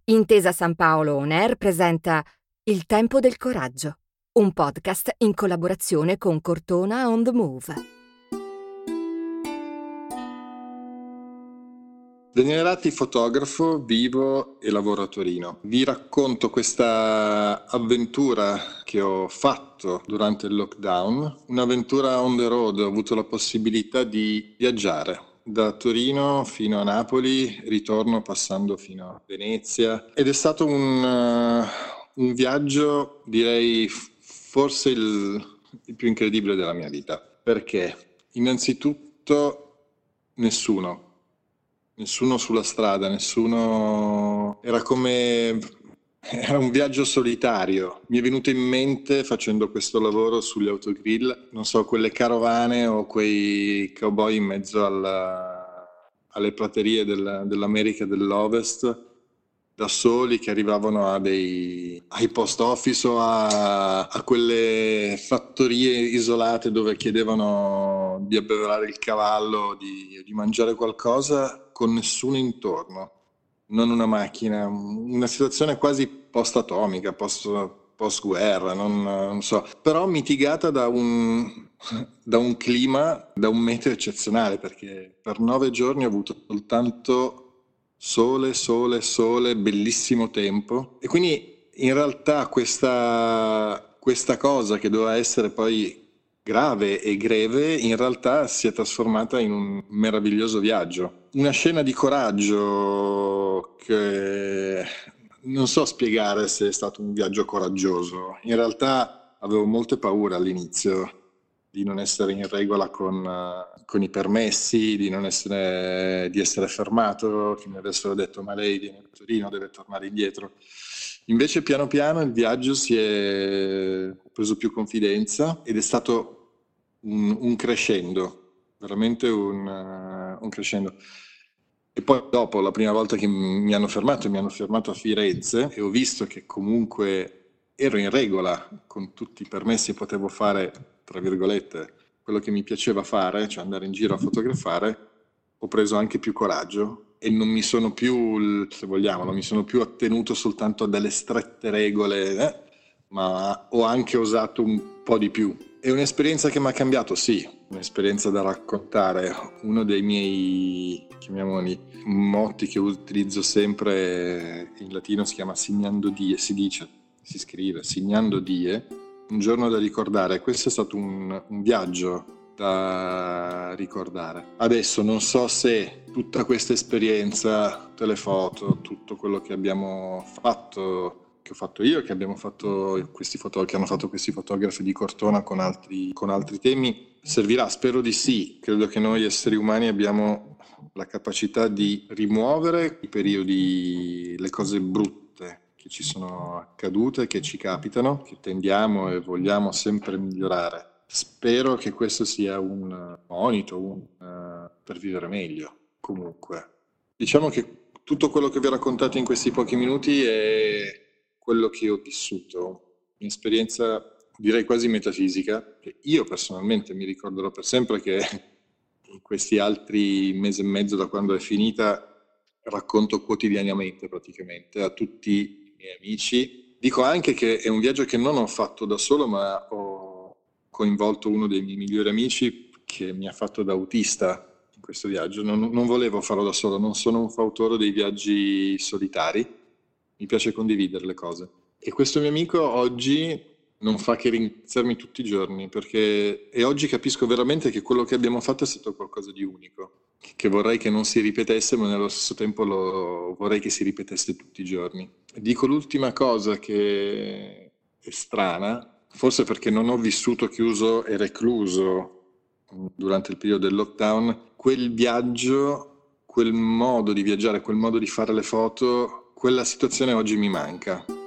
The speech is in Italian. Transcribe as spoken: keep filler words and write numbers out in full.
Intesa San Paolo On Air presenta Il tempo del coraggio, un podcast in collaborazione con Cortona on the Move. Daniele Ratti, fotografo, vivo e lavoro a Torino. Vi racconto questa avventura che ho fatto durante il lockdown, un'avventura on the road. Ho avuto la possibilità di viaggiare da Torino fino a Napoli, ritorno passando fino a Venezia, ed è stato un, uh, un viaggio, direi forse il, il più incredibile della mia vita, perché innanzitutto nessuno Nessuno sulla strada, nessuno... Era come... Era un viaggio solitario. Mi è venuto in mente, facendo questo lavoro sugli autogrill, non so, quelle carovane o quei cowboy in mezzo alla... alle praterie del... dell'America dell'Ovest, da soli, che arrivavano a dei... ai post office o a... a quelle fattorie isolate dove chiedevano di abbeverare il cavallo, di, di mangiare qualcosa, con nessuno intorno, non una macchina, una situazione quasi post-atomica, post, post-guerra, non, non so, però mitigata da un, da un clima, da un meteo eccezionale, perché per nove giorni ho avuto soltanto sole, sole, sole, bellissimo tempo, e quindi in realtà questa, questa cosa che doveva essere poi grave e greve, in realtà si è trasformata in un meraviglioso viaggio. Una scena di coraggio che non so spiegare se è stato un viaggio coraggioso. In realtà avevo molte paure all'inizio di non essere in regola con, uh, con i permessi, di non essere, di essere fermato, che mi avessero detto ma lei viene da Torino, deve tornare indietro. Invece piano piano il viaggio si è ho preso più confidenza ed è stato un, un crescendo, veramente un, uh, un crescendo. E poi dopo, la prima volta che mi hanno fermato, mi hanno fermato a Firenze e ho visto che comunque ero in regola con tutti i permessi e potevo fare, tra virgolette, quello che mi piaceva fare, cioè andare in giro a fotografare, ho preso anche più coraggio e non mi sono più, se vogliamo, non mi sono più attenuto soltanto a delle strette regole, eh, ma ho anche osato un po' di più. È un'esperienza che mi ha cambiato, sì, un'esperienza da raccontare. Uno dei miei, chiamiamoli, motti che utilizzo sempre in latino si chiama Signando Die, si dice, si scrive Signando Die, un giorno da ricordare. Questo è stato un, un viaggio da ricordare. Adesso non so se tutta questa esperienza, tutte le foto, tutto quello che abbiamo fatto, che ho fatto io, che abbiamo fatto questi foto, che hanno fatto questi fotografi di Cortona con altri, con altri temi, servirà. Spero di sì. Credo che noi esseri umani abbiamo la capacità di rimuovere i periodi, le cose brutte che ci sono accadute, che ci capitano, che tendiamo e vogliamo sempre migliorare. Spero che questo sia un monito un, uh, per vivere meglio. Comunque, diciamo che tutto quello che vi ho raccontato in questi pochi minuti è quello che ho vissuto, un'esperienza direi quasi metafisica, che io personalmente mi ricorderò per sempre, che in questi altri mesi e mezzo da quando è finita racconto quotidianamente praticamente a tutti i miei amici. Dico anche che è un viaggio che non ho fatto da solo, ma ho coinvolto uno dei miei migliori amici che mi ha fatto da autista in questo viaggio. Non, non volevo farlo da solo, non sono un fautore dei viaggi solitari, mi piace condividere le cose. E questo mio amico oggi non fa che ringraziarmi tutti i giorni, perché e oggi capisco veramente che quello che abbiamo fatto è stato qualcosa di unico, che vorrei che non si ripetesse, ma nello stesso tempo lo vorrei che si ripetesse tutti i giorni. Dico l'ultima cosa che è strana, forse perché non ho vissuto chiuso e recluso durante il periodo del lockdown, quel viaggio, quel modo di viaggiare, quel modo di fare le foto, quella situazione oggi mi manca.